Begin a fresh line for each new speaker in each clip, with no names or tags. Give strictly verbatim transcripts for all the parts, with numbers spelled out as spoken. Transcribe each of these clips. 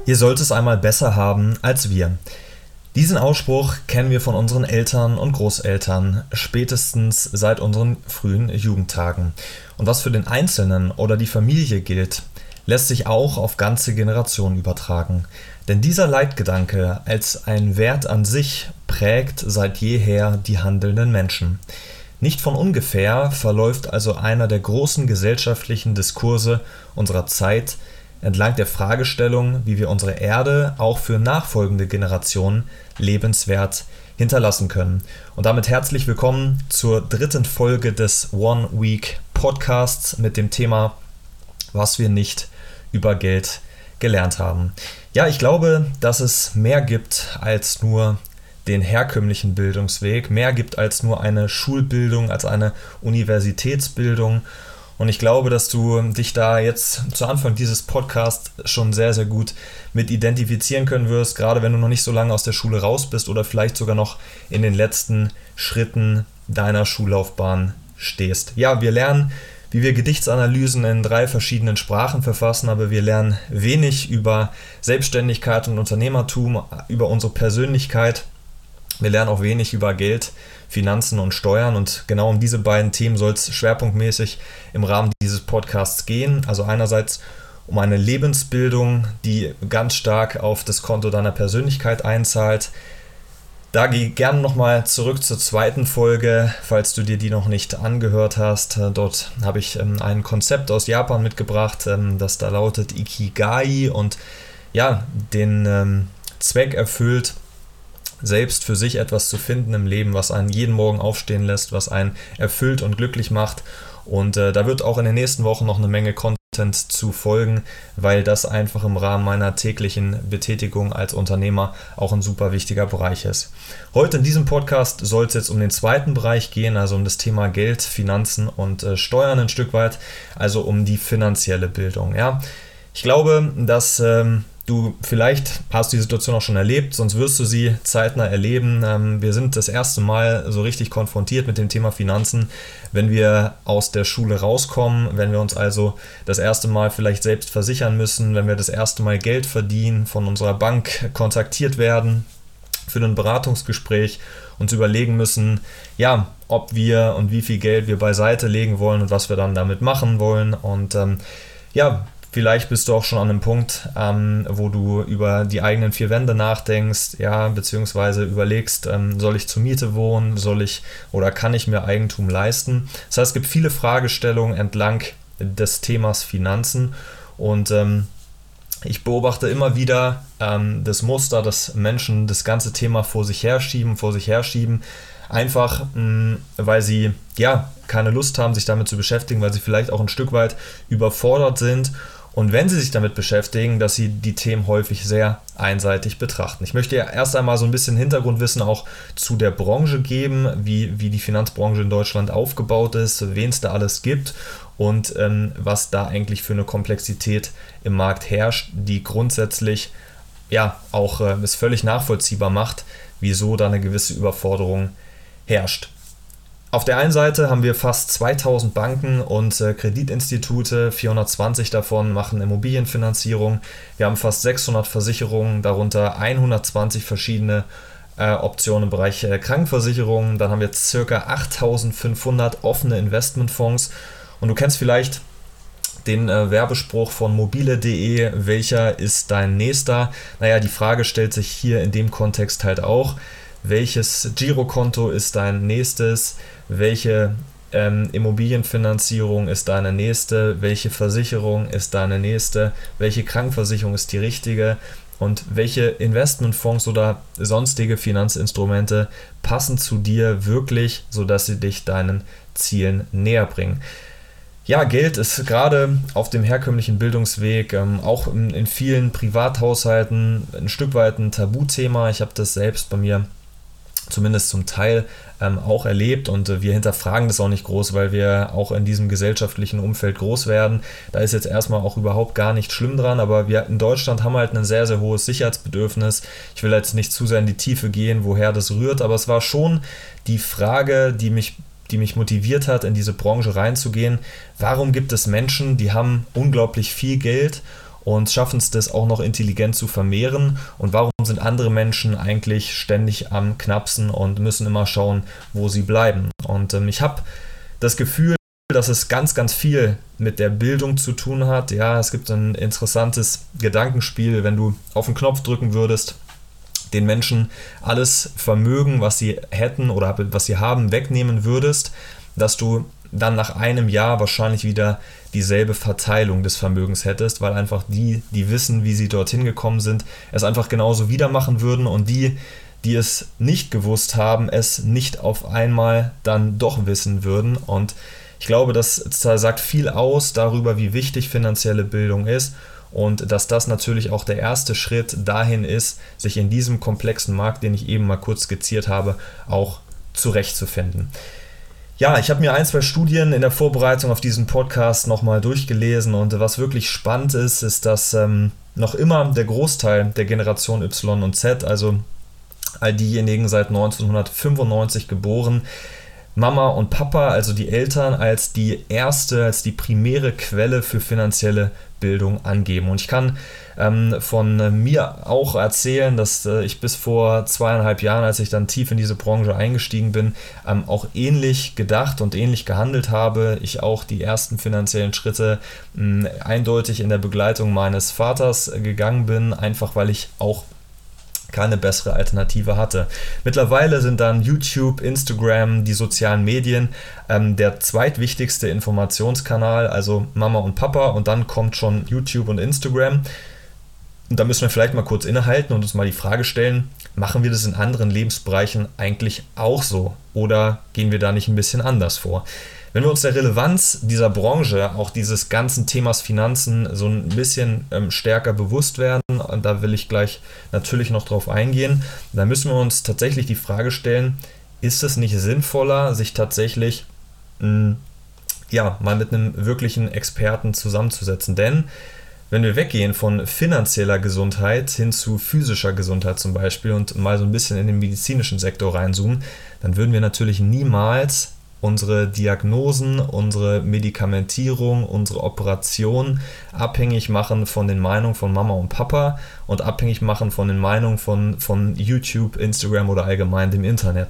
Ihr sollt es einmal besser haben als wir. Diesen Ausspruch kennen wir von unseren Eltern und Großeltern, spätestens seit unseren frühen Jugendtagen. Und was für den Einzelnen oder die Familie gilt, lässt sich auch auf ganze Generationen übertragen. Denn dieser Leitgedanke als ein Wert an sich prägt seit jeher die handelnden Menschen. Nicht von ungefähr verläuft also einer der großen gesellschaftlichen Diskurse unserer Zeit entlang der Fragestellung, wie wir unsere Erde auch für nachfolgende Generationen lebenswert hinterlassen können. Und damit herzlich willkommen zur dritten Folge des One Week Podcasts mit dem Thema, was wir nicht über Geld gelernt haben. Ja, ich glaube, dass es mehr gibt als nur den herkömmlichen Bildungsweg, mehr gibt als nur eine Schulbildung, als eine Universitätsbildung. Und ich glaube, dass du dich da jetzt zu Anfang dieses Podcasts schon sehr, sehr gut mit identifizieren können wirst, gerade wenn du noch nicht so lange aus der Schule raus bist oder vielleicht sogar noch in den letzten Schritten deiner Schullaufbahn stehst. Ja, wir lernen, wie wir Gedichtsanalysen in drei verschiedenen Sprachen verfassen, aber wir lernen wenig über Selbstständigkeit und Unternehmertum, über unsere Persönlichkeit. Wir lernen auch wenig über Geld, Finanzen und Steuern, und genau um diese beiden Themen soll es schwerpunktmäßig im Rahmen dieses Podcasts gehen. Also einerseits um eine Lebensbildung, die ganz stark auf das Konto deiner Persönlichkeit einzahlt. Da geh gerne nochmal zurück zur zweiten Folge, falls du dir die noch nicht angehört hast. Dort habe ich ein Konzept aus Japan mitgebracht, das da lautet Ikigai und ja, den Zweck erfüllt, selbst für sich etwas zu finden im Leben, was einen jeden Morgen aufstehen lässt, was einen erfüllt und glücklich macht. Und äh, da wird auch in den nächsten Wochen noch eine Menge Content zu folgen, weil das einfach im Rahmen meiner täglichen Betätigung als Unternehmer auch ein super wichtiger Bereich ist. Heute in diesem Podcast soll es jetzt um den zweiten Bereich gehen, also um das Thema Geld, Finanzen und äh, Steuern ein Stück weit, also um die finanzielle Bildung. Ja, ich glaube, dass ähm, Du vielleicht hast die Situation auch schon erlebt, sonst wirst du sie zeitnah erleben. Wir sind das erste Mal so richtig konfrontiert mit dem Thema Finanzen, wenn wir aus der Schule rauskommen, wenn wir uns also das erste Mal vielleicht selbst versichern müssen, wenn wir das erste Mal Geld verdienen, von unserer Bank kontaktiert werden für ein Beratungsgespräch, uns überlegen müssen, ja, ob wir und wie viel Geld wir beiseite legen wollen und was wir dann damit machen wollen. Und ähm, ja, vielleicht bist du auch schon an einem Punkt, ähm, wo du über die eigenen vier Wände nachdenkst, ja, beziehungsweise überlegst, ähm, soll ich zur Miete wohnen, soll ich oder kann ich mir Eigentum leisten? Das heißt, es gibt viele Fragestellungen entlang des Themas Finanzen, und ähm, ich beobachte immer wieder ähm, das Muster, dass Menschen das ganze Thema vor sich herschieben, vor sich herschieben, einfach mh, weil sie ja keine Lust haben, sich damit zu beschäftigen, weil sie vielleicht auch ein Stück weit überfordert sind. Und wenn sie sich damit beschäftigen, dass sie die Themen häufig sehr einseitig betrachten. Ich möchte ja erst einmal so ein bisschen Hintergrundwissen auch zu der Branche geben, wie, wie die Finanzbranche in Deutschland aufgebaut ist, wen es da alles gibt und ähm, was da eigentlich für eine Komplexität im Markt herrscht, die grundsätzlich ja auch äh, es völlig nachvollziehbar macht, wieso da eine gewisse Überforderung herrscht. Auf der einen Seite haben wir fast zweitausend Banken und äh, Kreditinstitute, vierhundertzwanzig davon machen Immobilienfinanzierung. Wir haben fast sechshundert Versicherungen, darunter hundertzwanzig verschiedene äh, Optionen im Bereich äh, Krankenversicherungen. Dann haben wir ca. achttausendfünfhundert offene Investmentfonds. Und du kennst vielleicht den äh, Werbespruch von mobile punkt de, welcher ist dein Nächster? Naja, die Frage stellt sich hier in dem Kontext halt auch. Welches Girokonto ist dein nächstes? Welche ähm, Immobilienfinanzierung ist deine nächste? Welche Versicherung ist deine nächste? Welche Krankenversicherung ist die richtige? Und welche Investmentfonds oder sonstige Finanzinstrumente passen zu dir wirklich, sodass sie dich deinen Zielen näher bringen? Ja, Geld ist gerade auf dem herkömmlichen Bildungsweg, ähm, auch in, in vielen Privathaushalten ein Stück weit ein Tabuthema. Ich habe das selbst bei mir zumindest zum Teil ähm, auch erlebt, und äh, wir hinterfragen das auch nicht groß, weil wir auch in diesem gesellschaftlichen Umfeld groß werden. Da ist jetzt erstmal auch überhaupt gar nicht schlimm dran, aber wir in Deutschland haben halt ein sehr, sehr hohes Sicherheitsbedürfnis. Ich will jetzt nicht zu sehr in die Tiefe gehen, woher das rührt, aber es war schon die Frage, die mich die mich motiviert hat, in diese Branche reinzugehen. Warum gibt es Menschen, die haben unglaublich viel Geld und schaffen es, das auch noch intelligent zu vermehren. Und warum sind andere Menschen eigentlich ständig am Knapsen und müssen immer schauen, wo sie bleiben? Und ähm, ich habe das Gefühl, dass es ganz, ganz viel mit der Bildung zu tun hat. Ja, es gibt ein interessantes Gedankenspiel, wenn du auf den Knopf drücken würdest, den Menschen alles Vermögen, was sie hätten oder was sie haben, wegnehmen würdest, dass du dann nach einem Jahr wahrscheinlich wieder dieselbe Verteilung des Vermögens hättest, weil einfach die, die wissen, wie sie dorthin gekommen sind, es einfach genauso wieder machen würden und die, die es nicht gewusst haben, es nicht auf einmal dann doch wissen würden. Und ich glaube, das sagt viel aus darüber, wie wichtig finanzielle Bildung ist. Und dass das natürlich auch der erste Schritt dahin ist, sich in diesem komplexen Markt, den ich eben mal kurz skizziert habe, auch zurechtzufinden. Ja, ich habe mir ein, zwei Studien in der Vorbereitung auf diesen Podcast nochmal durchgelesen und was wirklich spannend ist, ist, dass ähm, noch immer der Großteil der Generation Y und Z, also all diejenigen seit neunzehnhundertfünfundneunzig geboren, Mama und Papa, also die Eltern, als die erste, als die primäre Quelle für finanzielle Bildung angeben. Und ich kann ähm, von mir auch erzählen, dass äh, ich bis vor zweieinhalb Jahren, als ich dann tief in diese Branche eingestiegen bin, ähm, auch ähnlich gedacht und ähnlich gehandelt habe. Ich auch die ersten finanziellen Schritte mh, eindeutig in der Begleitung meines Vaters äh, gegangen bin, einfach weil ich auch keine bessere Alternative hatte. Mittlerweile sind dann YouTube, Instagram, die sozialen Medien ähm, der zweitwichtigste Informationskanal, also Mama und Papa, und dann kommt schon YouTube und Instagram. Und da müssen wir vielleicht mal kurz innehalten und uns mal die Frage stellen, machen wir das in anderen Lebensbereichen eigentlich auch so oder gehen wir da nicht ein bisschen anders vor? Wenn wir uns der Relevanz dieser Branche, auch dieses ganzen Themas Finanzen, so ein bisschen ähm, stärker bewusst werden, und da will ich gleich natürlich noch drauf eingehen, dann müssen wir uns tatsächlich die Frage stellen, ist es nicht sinnvoller, sich tatsächlich mh, ja, mal mit einem wirklichen Experten zusammenzusetzen? Denn wenn wir weggehen von finanzieller Gesundheit hin zu physischer Gesundheit zum Beispiel und mal so ein bisschen in den medizinischen Sektor reinzoomen, dann würden wir natürlich niemals unsere Diagnosen, unsere Medikamentierung, unsere Operation abhängig machen von den Meinungen von Mama und Papa und abhängig machen von den Meinungen von, von YouTube, Instagram oder allgemein dem Internet.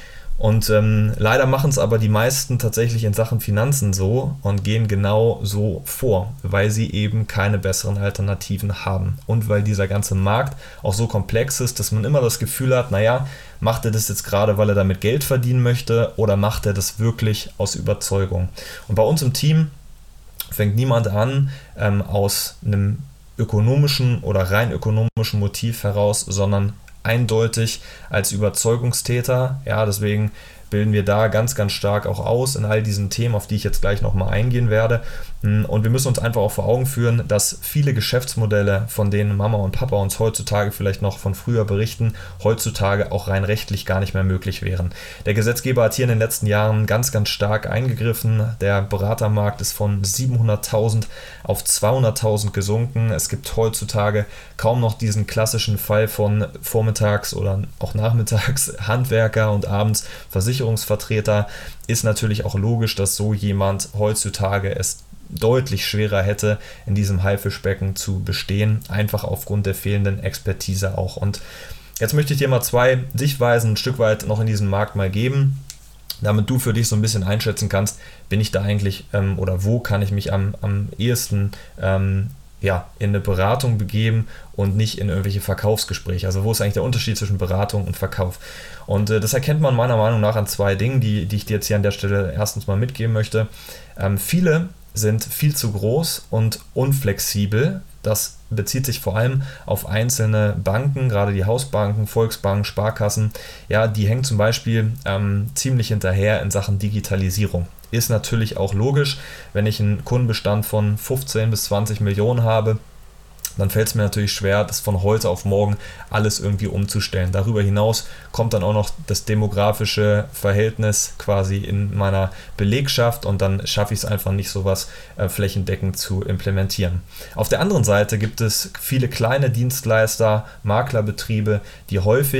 Und ähm, leider machen es aber die meisten tatsächlich in Sachen Finanzen so und gehen genau so vor, weil sie eben keine besseren Alternativen haben. Und weil dieser ganze Markt auch so komplex ist, dass man immer das Gefühl hat, naja, macht er das jetzt gerade, weil er damit Geld verdienen möchte oder macht er das wirklich aus Überzeugung? Und bei uns im Team fängt niemand an, ähm, aus einem ökonomischen oder rein ökonomischen Motiv heraus, sondern eindeutig als Überzeugungstäter. Ja, deswegen bilden wir da ganz, ganz stark auch aus in all diesen Themen, auf die ich jetzt gleich nochmal eingehen werde. Und wir müssen uns einfach auch vor Augen führen, dass viele Geschäftsmodelle, von denen Mama und Papa uns heutzutage vielleicht noch von früher berichten, heutzutage auch rein rechtlich gar nicht mehr möglich wären. Der Gesetzgeber hat hier in den letzten Jahren ganz, ganz stark eingegriffen. Der Beratermarkt ist von siebenhunderttausend auf zweihunderttausend gesunken. Es gibt heutzutage kaum noch diesen klassischen Fall von vormittags oder auch nachmittags Handwerker und abends Versicherungsvertreter. Ist natürlich auch logisch, dass so jemand heutzutage es deutlich schwerer hätte, in diesem Haifischbecken zu bestehen, einfach aufgrund der fehlenden Expertise auch. Und jetzt möchte ich dir mal zwei Sichtweisen ein Stück weit noch in diesen Markt mal geben, damit du für dich so ein bisschen einschätzen kannst, bin ich da eigentlich ähm, oder wo kann ich mich am, am ehesten ähm, ja, in eine Beratung begeben und nicht in irgendwelche Verkaufsgespräche. Also wo ist eigentlich der Unterschied zwischen Beratung und Verkauf? Und äh, das erkennt man meiner Meinung nach an zwei Dingen, die, die ich dir jetzt hier an der Stelle erstens mal mitgeben möchte. Ähm, viele sind viel zu groß und unflexibel. Das bezieht sich vor allem auf einzelne Banken, gerade die Hausbanken, Volksbanken, Sparkassen. Ja, die hängen zum Beispiel ähm, ziemlich hinterher in Sachen Digitalisierung. Ist natürlich auch logisch, wenn ich einen Kundenbestand von fünfzehn bis zwanzig Millionen habe, dann fällt es mir natürlich schwer, das von heute auf morgen alles irgendwie umzustellen. Darüber hinaus kommt dann auch noch das demografische Verhältnis quasi in meiner Belegschaft und dann schaffe ich es einfach nicht, sowas äh, flächendeckend zu implementieren. Auf der anderen Seite gibt es viele kleine Dienstleister, Maklerbetriebe, die häufig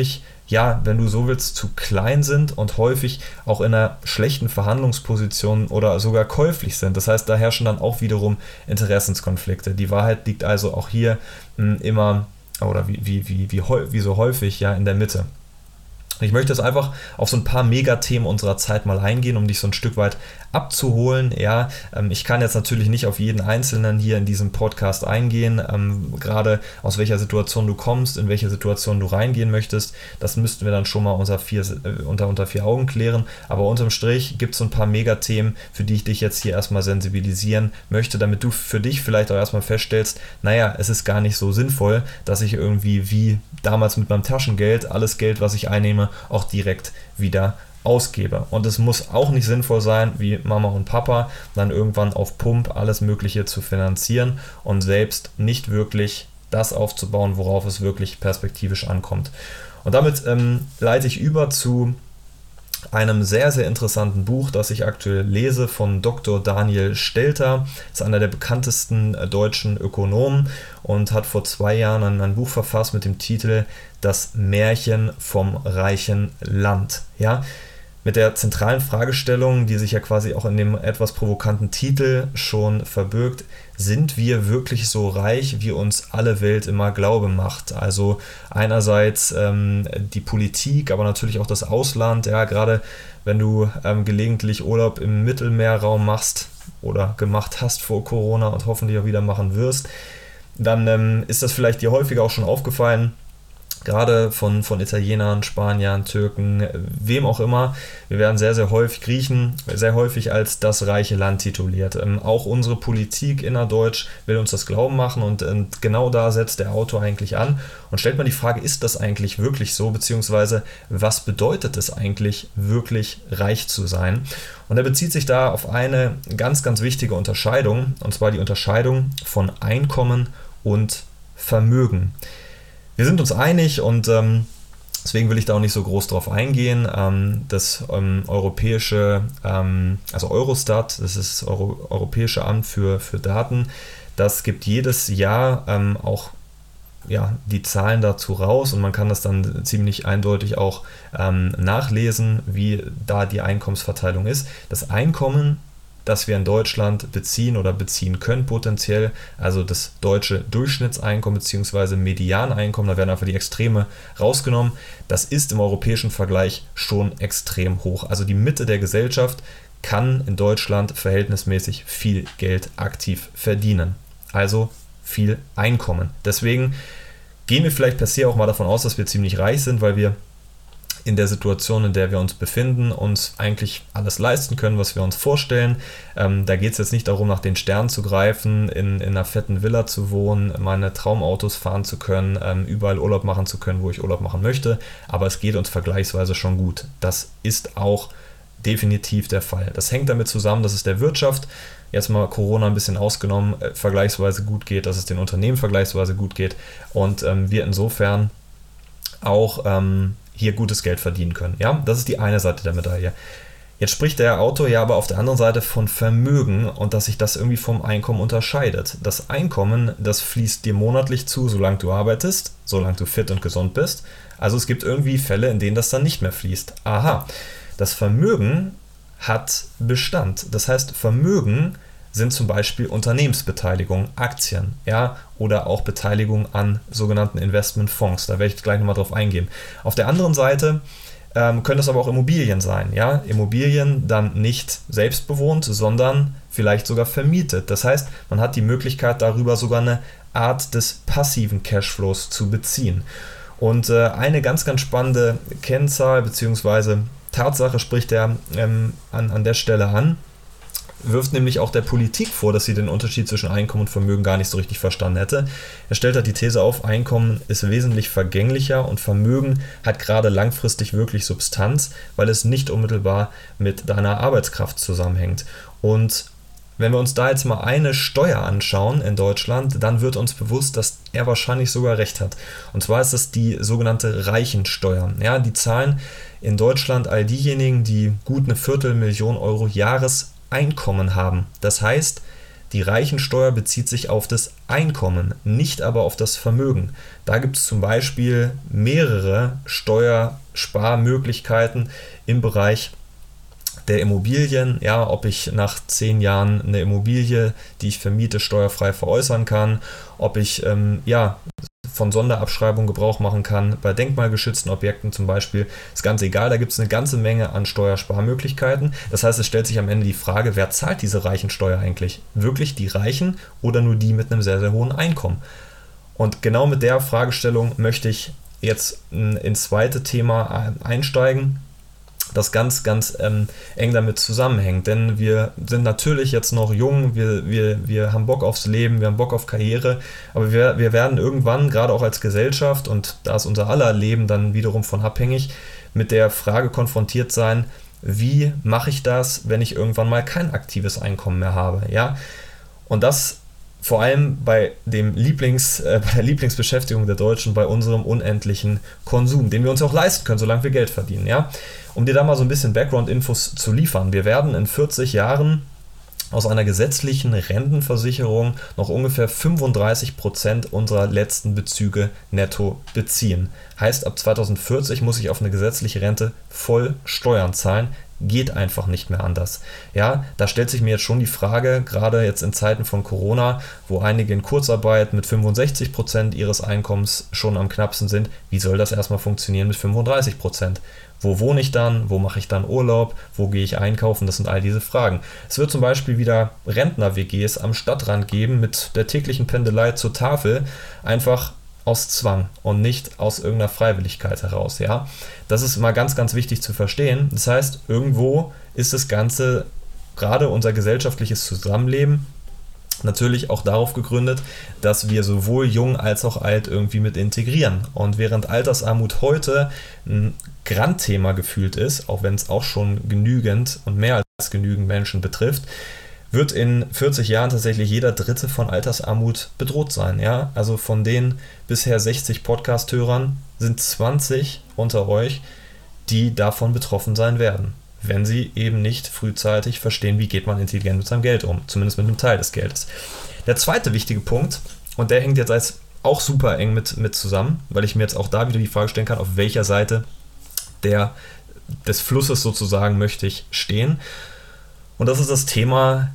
ja, wenn du so willst, zu klein sind und häufig auch in einer schlechten Verhandlungsposition oder sogar käuflich sind. Das heißt, da herrschen dann auch wiederum Interessenskonflikte. Die Wahrheit liegt also auch hier mh, immer, oder wie, wie, wie, wie, wie so häufig, ja, in der Mitte. Ich möchte jetzt einfach auf so ein paar Megathemen unserer Zeit mal eingehen, um dich so ein Stück weit abzuholen. Ja, ähm, ich kann jetzt natürlich nicht auf jeden Einzelnen hier in diesem Podcast eingehen, ähm, gerade aus welcher Situation du kommst, in welche Situation du reingehen möchtest. Das müssten wir dann schon mal unter vier, äh, unter, unter vier Augen klären. Aber unterm Strich gibt es so ein paar Megathemen, für die ich dich jetzt hier erstmal sensibilisieren möchte, damit du für dich vielleicht auch erstmal feststellst, naja, es ist gar nicht so sinnvoll, dass ich irgendwie wie damals mit meinem Taschengeld alles Geld, was ich einnehme, auch direkt wieder ausgebe. Und es muss auch nicht sinnvoll sein, wie Mama und Papa, dann irgendwann auf Pump alles Mögliche zu finanzieren und selbst nicht wirklich das aufzubauen, worauf es wirklich perspektivisch ankommt. Und damit ähm, leite ich über zu einem sehr, sehr interessanten Buch, das ich aktuell lese, von Doktor Daniel Stelter. Das ist einer der bekanntesten äh, deutschen Ökonomen und hat vor zwei Jahren ein, ein Buch verfasst mit dem Titel Das Märchen vom reichen Land. Ja, mit der zentralen Fragestellung, die sich ja quasi auch in dem etwas provokanten Titel schon verbirgt: Sind wir wirklich so reich, wie uns alle Welt immer Glaube macht? Also einerseits ähm, die Politik, aber natürlich auch das Ausland. Ja, gerade wenn du ähm, gelegentlich Urlaub im Mittelmeerraum machst oder gemacht hast vor Corona und hoffentlich auch wieder machen wirst, dann ähm, ist das vielleicht dir häufiger auch schon aufgefallen, gerade von, von Italienern, Spaniern, Türken, wem auch immer. Wir werden sehr, sehr häufig, Griechen, sehr häufig als das reiche Land tituliert. Ähm, auch unsere Politik innerdeutsch will uns das glauben machen und, und genau da setzt der Autor eigentlich an und stellt man die Frage, ist das eigentlich wirklich so, beziehungsweise was bedeutet es eigentlich, wirklich reich zu sein? Und er bezieht sich da auf eine ganz, ganz wichtige Unterscheidung, und zwar die Unterscheidung von Einkommen und Vermögen. Wir sind uns einig und ähm, deswegen will ich da auch nicht so groß drauf eingehen. Ähm, das ähm, europäische, ähm, also Eurostat, das ist das Euro, Europäische Amt für, für Daten, das gibt jedes Jahr ähm, auch ja, die Zahlen dazu raus und man kann das dann ziemlich eindeutig auch ähm, nachlesen, wie da die Einkommensverteilung ist. Das Einkommen, das wir in Deutschland beziehen oder beziehen können potenziell, also das deutsche Durchschnittseinkommen bzw. Medianeinkommen, da werden einfach die Extreme rausgenommen, das ist im europäischen Vergleich schon extrem hoch. Also die Mitte der Gesellschaft kann in Deutschland verhältnismäßig viel Geld aktiv verdienen, also viel Einkommen. Deswegen gehen wir vielleicht per se auch mal davon aus, dass wir ziemlich reich sind, weil wir in der Situation, in der wir uns befinden, uns eigentlich alles leisten können, was wir uns vorstellen. Ähm, da geht es jetzt nicht darum, nach den Sternen zu greifen, in, in einer fetten Villa zu wohnen, meine Traumautos fahren zu können, ähm, überall Urlaub machen zu können, wo ich Urlaub machen möchte, aber es geht uns vergleichsweise schon gut. Das ist auch definitiv der Fall. Das hängt damit zusammen, dass es der Wirtschaft, jetzt mal Corona ein bisschen ausgenommen, äh, vergleichsweise gut geht, dass es den Unternehmen vergleichsweise gut geht und ähm, wir insofern auch ähm, hier gutes Geld verdienen können. Ja, das ist die eine Seite der Medaille. Jetzt spricht der Autor ja aber auf der anderen Seite von Vermögen und dass sich das irgendwie vom Einkommen unterscheidet. Das Einkommen, das fließt dir monatlich zu, solange du arbeitest, solange du fit und gesund bist. Also es gibt irgendwie Fälle, in denen das dann nicht mehr fließt. Aha, das Vermögen hat Bestand. Das heißt, Vermögen sind zum Beispiel Unternehmensbeteiligung, Aktien, ja, oder auch Beteiligung an sogenannten Investmentfonds. Da werde ich gleich nochmal drauf eingehen. Auf der anderen Seite ähm, können es aber auch Immobilien sein, ja, Immobilien dann nicht selbst bewohnt, sondern vielleicht sogar vermietet. Das heißt, man hat die Möglichkeit, darüber sogar eine Art des passiven Cashflows zu beziehen. Und äh, eine ganz, ganz spannende Kennzahl bzw. Tatsache spricht er ähm, an, an der Stelle an, wirft nämlich auch der Politik vor, dass sie den Unterschied zwischen Einkommen und Vermögen gar nicht so richtig verstanden hätte. Er stellt halt die These auf, Einkommen ist wesentlich vergänglicher und Vermögen hat gerade langfristig wirklich Substanz, weil es nicht unmittelbar mit deiner Arbeitskraft zusammenhängt. Und wenn wir uns da jetzt mal eine Steuer anschauen in Deutschland, dann wird uns bewusst, dass er wahrscheinlich sogar recht hat. Und zwar ist das die sogenannte Reichensteuer. Ja, die zahlen in Deutschland all diejenigen, die gut eine Viertelmillion Euro Jahreseinkommen haben. Das heißt, Die Reichensteuer bezieht sich auf das Einkommen, nicht aber auf das Vermögen. Da gibt es zum Beispiel mehrere Steuersparmöglichkeiten im Bereich der Immobilien, ja, ob ich nach zehn Jahren eine Immobilie, die ich vermiete, steuerfrei veräußern kann, ob ich ähm, ja, von Sonderabschreibung Gebrauch machen kann, bei denkmalgeschützten Objekten zum Beispiel, ist ganz egal, da gibt es eine ganze Menge an Steuersparmöglichkeiten. Das heißt, es stellt sich am Ende die Frage, wer zahlt diese Reichensteuer eigentlich? Wirklich die Reichen oder nur die mit einem sehr, sehr hohen Einkommen? Und genau mit der Fragestellung möchte ich jetzt ins zweite Thema einsteigen, das ganz, ganz ähm, eng damit zusammenhängt. Denn wir sind natürlich jetzt noch jung, wir, wir, wir haben Bock aufs Leben, wir haben Bock auf Karriere, aber wir, wir werden irgendwann, gerade auch als Gesellschaft, und da ist unser aller Leben dann wiederum von abhängig, mit der Frage konfrontiert sein, wie mache ich das, wenn ich irgendwann mal kein aktives Einkommen mehr habe. Ja? Und das vor allem bei, dem Lieblings, äh, bei der Lieblingsbeschäftigung der Deutschen, bei unserem unendlichen Konsum, den wir uns auch leisten können, solange wir Geld verdienen. Ja? Um dir da mal so ein bisschen Background-Infos zu liefern. Wir werden in vierzig Jahren aus einer gesetzlichen Rentenversicherung noch ungefähr fünfunddreißig Prozent unserer letzten Bezüge netto beziehen. Heißt, ab zweitausendvierzig muss ich auf eine gesetzliche Rente voll Steuern zahlen. Geht einfach nicht mehr anders. Ja, da stellt sich mir jetzt schon die Frage, gerade jetzt in Zeiten von Corona, wo einige in Kurzarbeit mit fünfundsechzig Prozent ihres Einkommens schon am knappsten sind, wie soll das erstmal funktionieren mit fünfunddreißig Prozent? Wo wohne ich dann? Wo mache ich dann Urlaub? Wo gehe ich einkaufen? Das sind all diese Fragen. Es wird zum Beispiel wieder Rentner-W Gs am Stadtrand geben mit der täglichen Pendelei zur Tafel, einfach aus Zwang und nicht aus irgendeiner Freiwilligkeit heraus. Ja? Das ist mal ganz, ganz wichtig zu verstehen. Das heißt, irgendwo ist das Ganze, gerade unser gesellschaftliches Zusammenleben, natürlich auch darauf gegründet, dass wir sowohl jung als auch alt irgendwie mit integrieren. Und während Altersarmut heute ein Grandthema gefühlt ist, auch wenn es auch schon genügend und mehr als genügend Menschen betrifft, wird in vierzig Jahren tatsächlich jeder Dritte von Altersarmut bedroht sein. Ja? Also von den bisher sechzig Podcast-Hörern sind zwanzig unter euch, die davon betroffen sein werden, wenn sie eben nicht frühzeitig verstehen, wie geht man intelligent mit seinem Geld um, zumindest mit einem Teil des Geldes. Der zweite wichtige Punkt, und der hängt jetzt als auch super eng mit, mit zusammen, weil ich mir jetzt auch da wieder die Frage stellen kann, auf welcher Seite der, des Flusses sozusagen möchte ich stehen. Und das ist das Thema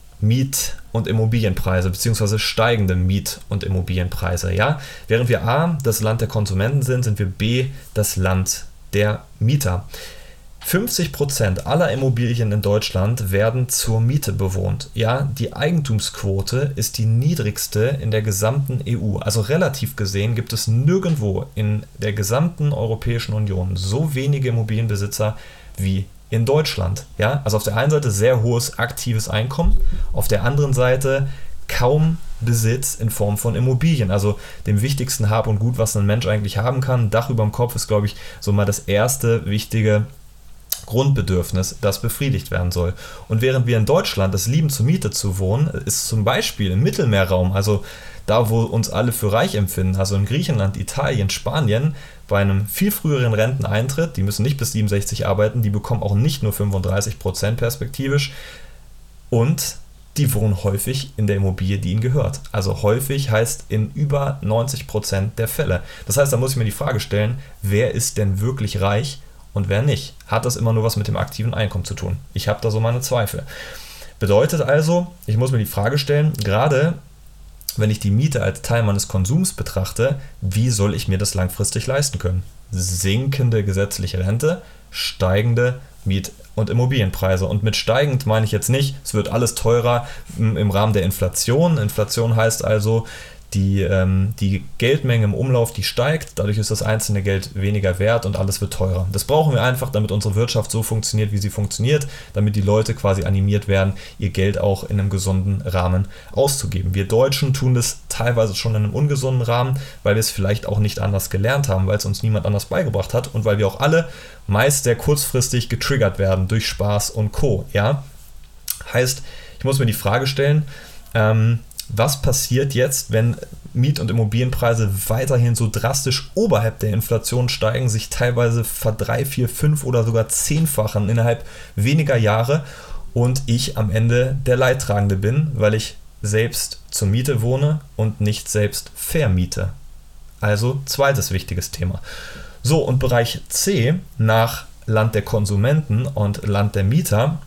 Miet- und Immobilienpreise, beziehungsweise steigende Miet- und Immobilienpreise. Ja? Während wir A, das Land der Konsumenten sind, sind wir B, das Land der Mieter. fünfzig Prozent aller Immobilien in Deutschland werden zur Miete bewohnt. Ja, die Eigentumsquote ist die niedrigste in der gesamten E U. Also relativ gesehen gibt es nirgendwo in der gesamten Europäischen Union so wenige Immobilienbesitzer wie in Deutschland. Ja, also auf der einen Seite sehr hohes aktives Einkommen, auf der anderen Seite kaum Besitz in Form von Immobilien, also dem wichtigsten Hab und Gut, was ein Mensch eigentlich haben kann. Ein Dach über dem Kopf ist, glaube ich, so mal das erste wichtige Grundbedürfnis, das befriedigt werden soll. Und während wir in Deutschland es lieben, zur Miete zu wohnen, ist zum Beispiel im Mittelmeerraum, also da, wo uns alle für reich empfinden, also in Griechenland, Italien, Spanien, bei einem viel früheren Renteneintritt, die müssen nicht bis siebenundsechzig arbeiten, die bekommen auch nicht nur fünfunddreißig Prozent perspektivisch, und die wohnen häufig in der Immobilie, die ihnen gehört. Also häufig heißt in über neunzig Prozent der Fälle. Das heißt, da muss ich mir die Frage stellen, wer ist denn wirklich reich und wer nicht? Hat das immer nur was mit dem aktiven Einkommen zu tun? Ich habe da so meine Zweifel. Bedeutet also, ich muss mir die Frage stellen, gerade wenn ich die Miete als Teil meines Konsums betrachte, wie soll ich mir das langfristig leisten können? Sinkende gesetzliche Rente, steigende Miet- und Immobilienpreise. Und mit steigend meine ich jetzt nicht, es wird alles teurer im Rahmen der Inflation. Inflation heißt also, die, ähm, die Geldmenge im Umlauf, die steigt, dadurch ist das einzelne Geld weniger wert und alles wird teurer. Das brauchen wir einfach, damit unsere Wirtschaft so funktioniert, wie sie funktioniert, damit die Leute quasi animiert werden, ihr Geld auch in einem gesunden Rahmen auszugeben. Wir Deutschen tun das teilweise schon in einem ungesunden Rahmen, weil wir es vielleicht auch nicht anders gelernt haben, weil es uns niemand anders beigebracht hat und weil wir auch alle meist sehr kurzfristig getriggert werden durch Spaß und Co. Ja? Heißt, ich muss mir die Frage stellen, ähm, was passiert jetzt, wenn Miet- und Immobilienpreise weiterhin so drastisch oberhalb der Inflation steigen, sich teilweise verdrei-, vier-, fünf- oder sogar zehnfachen innerhalb weniger Jahre und ich am Ende der Leidtragende bin, weil ich selbst zur Miete wohne und nicht selbst vermiete. Also zweites wichtiges Thema. So, und Bereich C nach Land der Konsumenten und Land der Mieter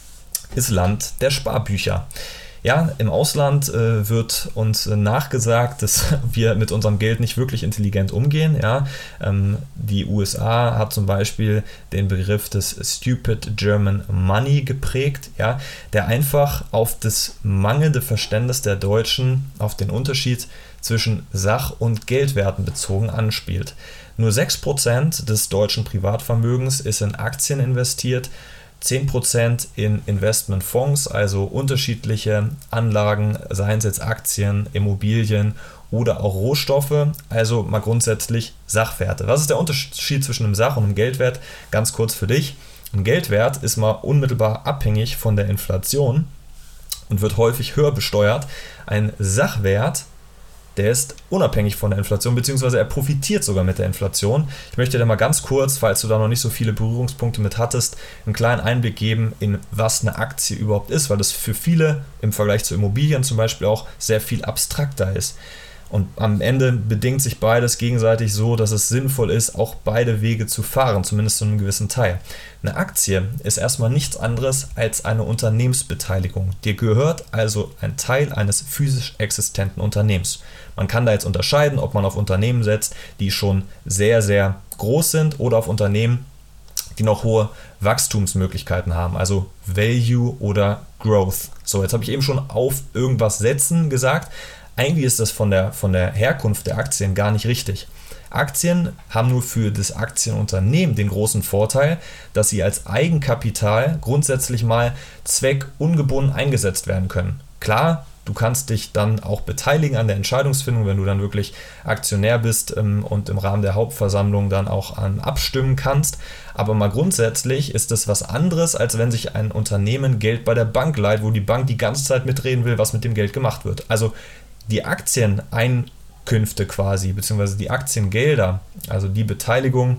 ist Land der Sparbücher. Ja, im Ausland äh, wird uns äh, nachgesagt, dass wir mit unserem Geld nicht wirklich intelligent umgehen. Ja? Ähm, die U S A hat zum Beispiel den Begriff des Stupid German Money geprägt, ja? Der einfach auf das mangelnde Verständnis der Deutschen, auf den Unterschied zwischen Sach- und Geldwerten bezogen anspielt. Nur sechs Prozent des deutschen Privatvermögens ist in Aktien investiert, zehn Prozent in Investmentfonds, also unterschiedliche Anlagen, seien es jetzt Aktien, Immobilien oder auch Rohstoffe, also mal grundsätzlich Sachwerte. Was ist der Unterschied zwischen einem Sach- und einem Geldwert? Ganz kurz für dich. Ein Geldwert ist mal unmittelbar abhängig von der Inflation und wird häufig höher besteuert. Ein Sachwert, der ist unabhängig von der Inflation, beziehungsweise er profitiert sogar mit der Inflation. Ich möchte dir mal ganz kurz, falls du da noch nicht so viele Berührungspunkte mit hattest, einen kleinen Einblick geben, in was eine Aktie überhaupt ist, weil das für viele im Vergleich zu Immobilien zum Beispiel auch sehr viel abstrakter ist. Und am Ende bedingt sich beides gegenseitig so, dass es sinnvoll ist, auch beide Wege zu fahren, zumindest zu einem gewissen Teil. Eine Aktie ist erstmal nichts anderes als eine Unternehmensbeteiligung. Dir gehört also ein Teil eines physisch existenten Unternehmens. Man kann da jetzt unterscheiden, ob man auf Unternehmen setzt, die schon sehr, sehr groß sind oder auf Unternehmen, die noch hohe Wachstumsmöglichkeiten haben, also Value oder Growth. So, jetzt habe ich eben schon auf irgendwas setzen gesagt. Eigentlich ist das von der, von der Herkunft der Aktien gar nicht richtig. Aktien haben nur für das Aktienunternehmen den großen Vorteil, dass sie als Eigenkapital grundsätzlich mal zweckungebunden eingesetzt werden können. Klar, du kannst dich dann auch beteiligen an der Entscheidungsfindung, wenn du dann wirklich Aktionär bist ähm, und im Rahmen der Hauptversammlung dann auch an abstimmen kannst. Aber mal grundsätzlich ist das was anderes, als wenn sich ein Unternehmen Geld bei der Bank leiht, wo die Bank die ganze Zeit mitreden will, was mit dem Geld gemacht wird. Also die Aktieneinkünfte quasi, beziehungsweise die Aktiengelder, also die Beteiligung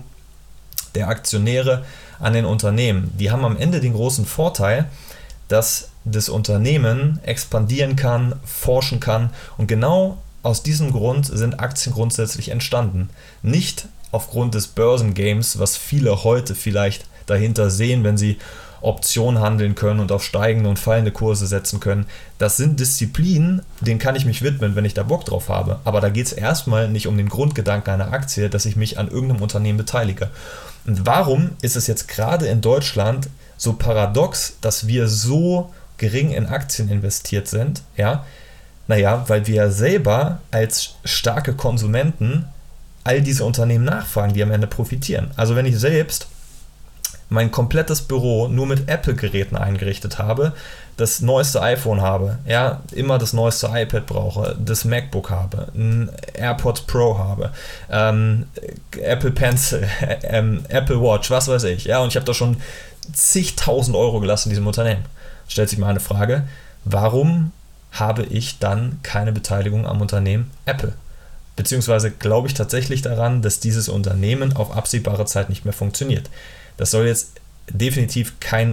der Aktionäre an den Unternehmen, die haben am Ende den großen Vorteil, dass das Unternehmen expandieren kann, forschen kann, und genau aus diesem Grund sind Aktien grundsätzlich entstanden. Nicht aufgrund des Börsengames, was viele heute vielleicht dahinter sehen, wenn sie Optionen handeln können und auf steigende und fallende Kurse setzen können. Das sind Disziplinen, denen kann ich mich widmen, wenn ich da Bock drauf habe. Aber da geht es erstmal nicht um den Grundgedanken einer Aktie, dass ich mich an irgendeinem Unternehmen beteilige. Und warum ist es jetzt gerade in Deutschland so paradox, dass wir so gering in Aktien investiert sind? Ja, naja, weil wir ja selber als starke Konsumenten all diese Unternehmen nachfragen, die am Ende profitieren. Also wenn ich selbst mein komplettes Büro nur mit Apple-Geräten eingerichtet habe, das neueste iPhone habe, ja, immer das neueste iPad brauche, das MacBook habe, ein AirPods Pro habe, ähm, Apple Pencil, ähm, Apple Watch, was weiß ich, ja, und ich habe da schon zigtausend Euro gelassen in diesem Unternehmen. Stellt sich mal eine Frage, warum habe ich dann keine Beteiligung am Unternehmen Apple? Beziehungsweise glaube ich tatsächlich daran, dass dieses Unternehmen auf absehbare Zeit nicht mehr funktioniert. Das soll jetzt definitiv kein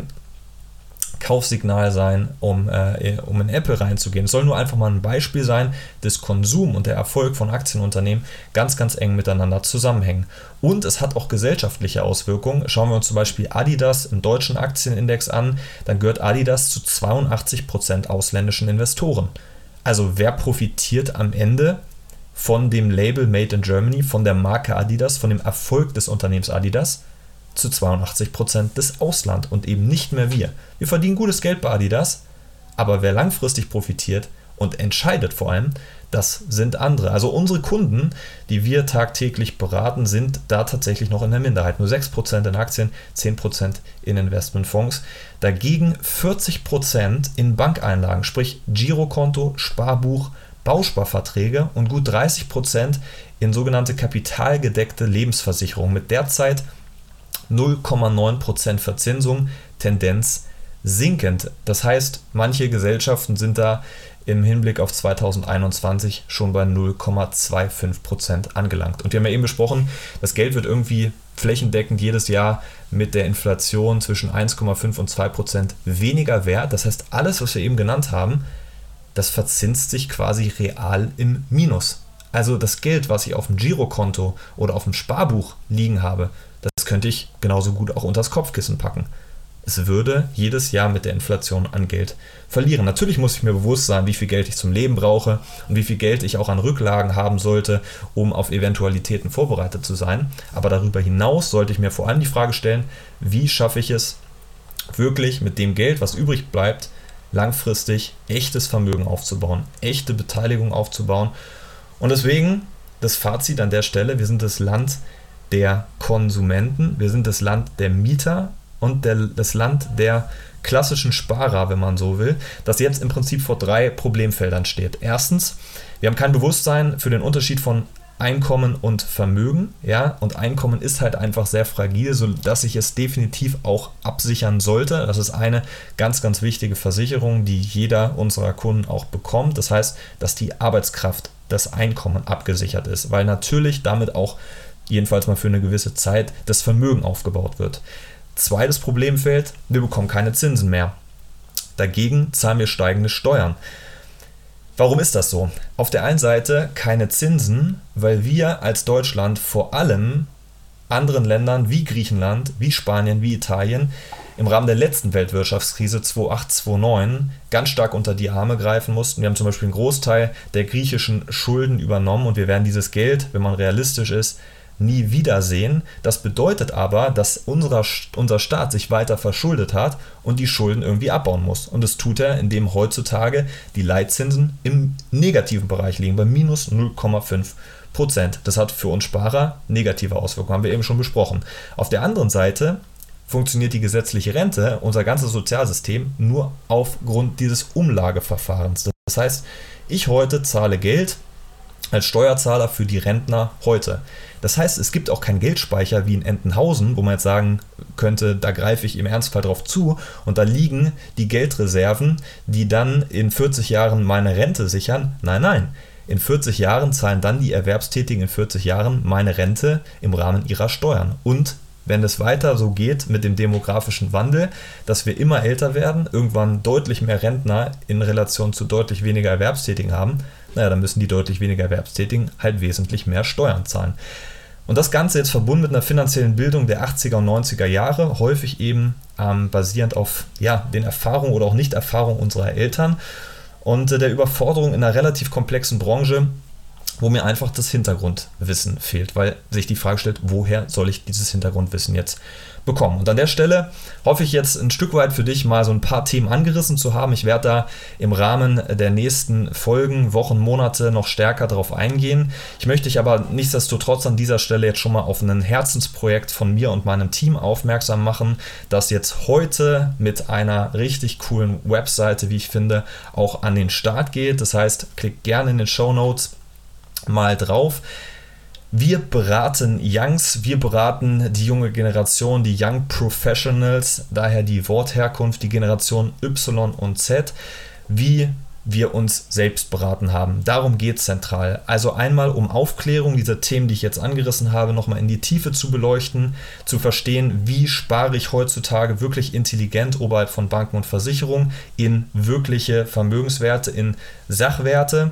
Kaufsignal sein, um, äh, um in Apple reinzugehen. Es soll nur einfach mal ein Beispiel sein, dass Konsum und der Erfolg von Aktienunternehmen ganz, ganz eng miteinander zusammenhängen. Und es hat auch gesellschaftliche Auswirkungen. Schauen wir uns zum Beispiel Adidas im deutschen Aktienindex an, dann gehört Adidas zu zweiundachtzig Prozent ausländischen Investoren. Also wer profitiert am Ende von dem Label Made in Germany, von der Marke Adidas, von dem Erfolg des Unternehmens Adidas? Zu zweiundachtzig Prozent das Ausland und eben nicht mehr wir. Wir verdienen gutes Geld bei Adidas, aber wer langfristig profitiert und entscheidet vor allem, das sind andere. Also unsere Kunden, die wir tagtäglich beraten, sind da tatsächlich noch in der Minderheit. Nur sechs Prozent in Aktien, zehn Prozent in Investmentfonds. Dagegen vierzig Prozent in Bankeinlagen, sprich Girokonto, Sparbuch, Bausparverträge und gut dreißig Prozent in sogenannte kapitalgedeckte Lebensversicherung mit derzeit null Komma neun Prozent Verzinsung, Tendenz sinkend. Das heißt, manche Gesellschaften sind da im Hinblick auf zweitausendeinundzwanzig schon bei null Komma fünfundzwanzig Prozent angelangt. Und wir haben ja eben besprochen, das Geld wird irgendwie flächendeckend jedes Jahr mit der Inflation zwischen eins Komma fünf und zwei Prozent weniger wert. Das heißt, alles, was wir eben genannt haben, das verzinst sich quasi real im Minus. Also das Geld, was ich auf dem Girokonto oder auf dem Sparbuch liegen habe, das könnte ich genauso gut auch unter das Kopfkissen packen. Es würde jedes Jahr mit der Inflation an Geld verlieren. Natürlich muss ich mir bewusst sein, wie viel Geld ich zum Leben brauche und wie viel Geld ich auch an Rücklagen haben sollte, um auf Eventualitäten vorbereitet zu sein. Aber darüber hinaus sollte ich mir vor allem die Frage stellen, wie schaffe ich es wirklich mit dem Geld, was übrig bleibt, langfristig echtes Vermögen aufzubauen, echte Beteiligung aufzubauen. Und deswegen das Fazit an der Stelle: Wir sind das Land der Konsumenten, wir sind das Land der Mieter und der, das Land der klassischen Sparer, wenn man so will, das jetzt im Prinzip vor drei Problemfeldern steht. Erstens, wir haben kein Bewusstsein für den Unterschied von Einkommen und Vermögen, ja, und Einkommen ist halt einfach sehr fragil, sodass ich es definitiv auch absichern sollte. Das ist eine ganz, ganz wichtige Versicherung, die jeder unserer Kunden auch bekommt. Das heißt, dass die Arbeitskraft, das Einkommen abgesichert ist, weil natürlich damit auch, jedenfalls mal für eine gewisse Zeit, das Vermögen aufgebaut wird. Zweites Problemfeld: Wir bekommen keine Zinsen mehr. Dagegen zahlen wir steigende Steuern. Warum ist das so? Auf der einen Seite keine Zinsen, weil wir als Deutschland vor allem anderen Ländern wie Griechenland, wie Spanien, wie Italien im Rahmen der letzten Weltwirtschaftskrise zweitausendacht, zweitausendneun ganz stark unter die Arme greifen mussten. Wir haben zum Beispiel einen Großteil der griechischen Schulden übernommen und wir werden dieses Geld, wenn man realistisch ist, nie wiedersehen. Das bedeutet aber, dass unser, unser Staat sich weiter verschuldet hat und die Schulden irgendwie abbauen muss. Und das tut er, indem heutzutage die Leitzinsen im negativen Bereich liegen, bei minus null Komma fünf Prozent. Das hat für uns Sparer negative Auswirkungen, haben wir eben schon besprochen. Auf der anderen Seite funktioniert die gesetzliche Rente, unser ganzes Sozialsystem, nur aufgrund dieses Umlageverfahrens. Das heißt, ich heute zahle Geld als Steuerzahler für die Rentner heute. Das heißt, es gibt auch keinen Geldspeicher wie in Entenhausen, wo man jetzt sagen könnte, da greife ich im Ernstfall drauf zu und da liegen die Geldreserven, die dann in vierzig Jahren meine Rente sichern. Nein, nein. In vierzig Jahren zahlen dann die Erwerbstätigen in vierzig Jahren meine Rente im Rahmen ihrer Steuern. Und wenn es weiter so geht mit dem demografischen Wandel, dass wir immer älter werden, irgendwann deutlich mehr Rentner in Relation zu deutlich weniger Erwerbstätigen haben, naja, dann müssen die deutlich weniger Erwerbstätigen halt wesentlich mehr Steuern zahlen. Und das Ganze jetzt verbunden mit einer finanziellen Bildung der achtziger und neunziger Jahre, häufig eben ähm, basierend auf ja, den Erfahrungen oder auch Nicht-Erfahrungen unserer Eltern und äh, der Überforderung in einer relativ komplexen Branche, wo mir einfach das Hintergrundwissen fehlt, weil sich die Frage stellt, woher soll ich dieses Hintergrundwissen jetzt bekommen? Und an der Stelle hoffe ich jetzt ein Stück weit für dich mal so ein paar Themen angerissen zu haben. Ich werde da im Rahmen der nächsten Folgen, Wochen, Monate noch stärker darauf eingehen. Ich möchte dich aber nichtsdestotrotz an dieser Stelle jetzt schon mal auf ein Herzensprojekt von mir und meinem Team aufmerksam machen, das jetzt heute mit einer richtig coolen Webseite, wie ich finde, auch an den Start geht. Das heißt, klick gerne in den Shownotes mal drauf. Wir beraten Youngs, wir beraten die junge Generation, die Young Professionals, daher die Wortherkunft, die Generation Y und Z, wie wir uns selbst beraten haben. Darum geht es zentral. Also einmal um Aufklärung dieser Themen, die ich jetzt angerissen habe, nochmal in die Tiefe zu beleuchten, zu verstehen, wie spare ich heutzutage wirklich intelligent oberhalb von Banken und Versicherungen in wirkliche Vermögenswerte, in Sachwerte.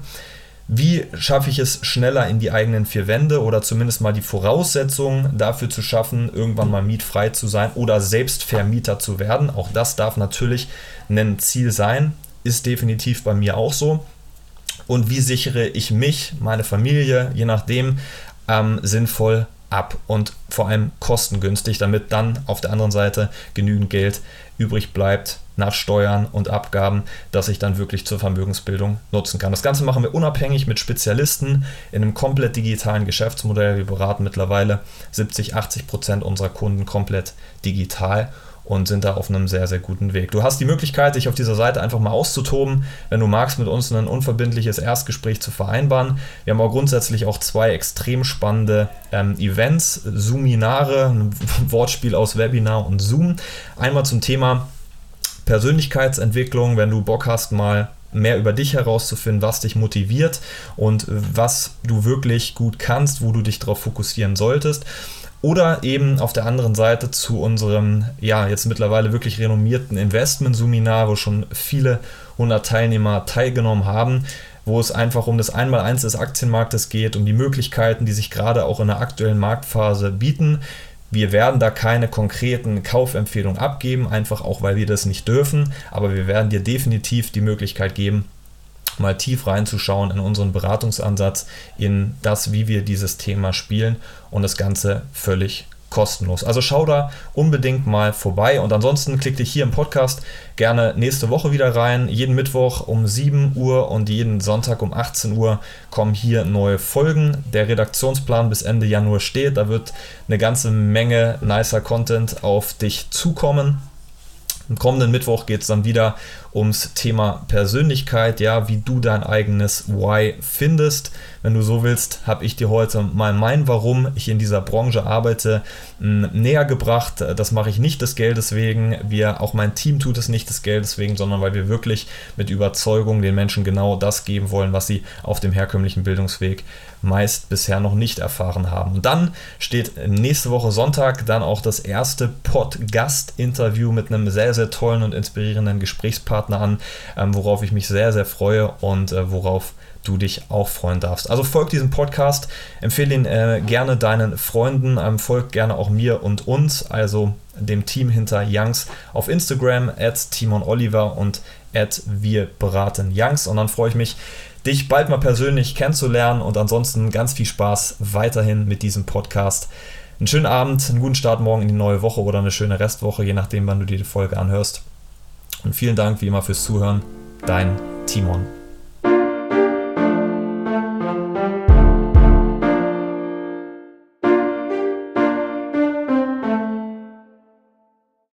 Wie schaffe ich es schneller in die eigenen vier Wände oder zumindest mal die Voraussetzungen dafür zu schaffen, irgendwann mal mietfrei zu sein oder selbst Vermieter zu werden. Auch das darf natürlich ein Ziel sein, ist definitiv bei mir auch so. Und wie sichere ich mich, meine Familie, je nachdem, ähm, sinnvoll ab und vor allem kostengünstig, damit dann auf der anderen Seite genügend Geld übrig bleibt nach Steuern und Abgaben, dass ich dann wirklich zur Vermögensbildung nutzen kann. Das Ganze machen wir unabhängig mit Spezialisten in einem komplett digitalen Geschäftsmodell. Wir beraten mittlerweile siebzig, achtzig Prozent unserer Kunden komplett digital und sind da auf einem sehr, sehr guten Weg. Du hast die Möglichkeit, dich auf dieser Seite einfach mal auszutoben, wenn du magst, mit uns ein unverbindliches Erstgespräch zu vereinbaren. Wir haben auch grundsätzlich auch zwei extrem spannende ähm, Events, Zoominare, ein Wortspiel aus Webinar und Zoom. Einmal zum Thema Persönlichkeitsentwicklung, wenn du Bock hast, mal mehr über dich herauszufinden, was dich motiviert und was du wirklich gut kannst, wo du dich darauf fokussieren solltest. Oder eben auf der anderen Seite zu unserem, ja, jetzt mittlerweile wirklich renommierten Investment-Seminar, wo schon viele hundert Teilnehmer teilgenommen haben, wo es einfach um das Einmaleins des Aktienmarktes geht, um die Möglichkeiten, die sich gerade auch in der aktuellen Marktphase bieten. Wir werden da keine konkreten Kaufempfehlungen abgeben, einfach auch, weil wir das nicht dürfen, aber wir werden dir definitiv die Möglichkeit geben, mal tief reinzuschauen in unseren Beratungsansatz, in das, wie wir dieses Thema spielen, und das Ganze völlig kostenlos. Also schau da unbedingt mal vorbei, und ansonsten klick dich hier im Podcast gerne nächste Woche wieder rein. Jeden Mittwoch um sieben Uhr und jeden Sonntag um achtzehn Uhr kommen hier neue Folgen. Der Redaktionsplan bis Ende Januar steht, da wird eine ganze Menge nicer Content auf dich zukommen. Am kommenden Mittwoch geht es dann wieder ums Thema Persönlichkeit, ja, wie du dein eigenes Why findest. Wenn du so willst, habe ich dir heute mal mein Warum ich in dieser Branche arbeite näher gebracht. Das mache ich nicht des Geldes wegen, wir, auch mein Team tut es nicht des Geldes wegen, sondern weil wir wirklich mit Überzeugung den Menschen genau das geben wollen, was sie auf dem herkömmlichen Bildungsweg meist bisher noch nicht erfahren haben. Und dann steht nächste Woche Sonntag dann auch das erste Pod-Gast-Interview mit einem sehr, sehr tollen und inspirierenden Gesprächspartner an, ähm, worauf ich mich sehr, sehr freue und äh, worauf du dich auch freuen darfst. Also folg diesem Podcast, empfehle ihn äh, gerne deinen Freunden, ähm, folg gerne auch mir und uns, also dem Team hinter Youngs auf Instagram, at Timon Oliver und at wir beraten Youngs, und dann freue ich mich, dich bald mal persönlich kennenzulernen, und ansonsten ganz viel Spaß weiterhin mit diesem Podcast. Einen schönen Abend, einen guten Start morgen in die neue Woche oder eine schöne Restwoche, je nachdem, wann du dir die Folge anhörst. Und vielen Dank wie immer fürs Zuhören. Dein Timon.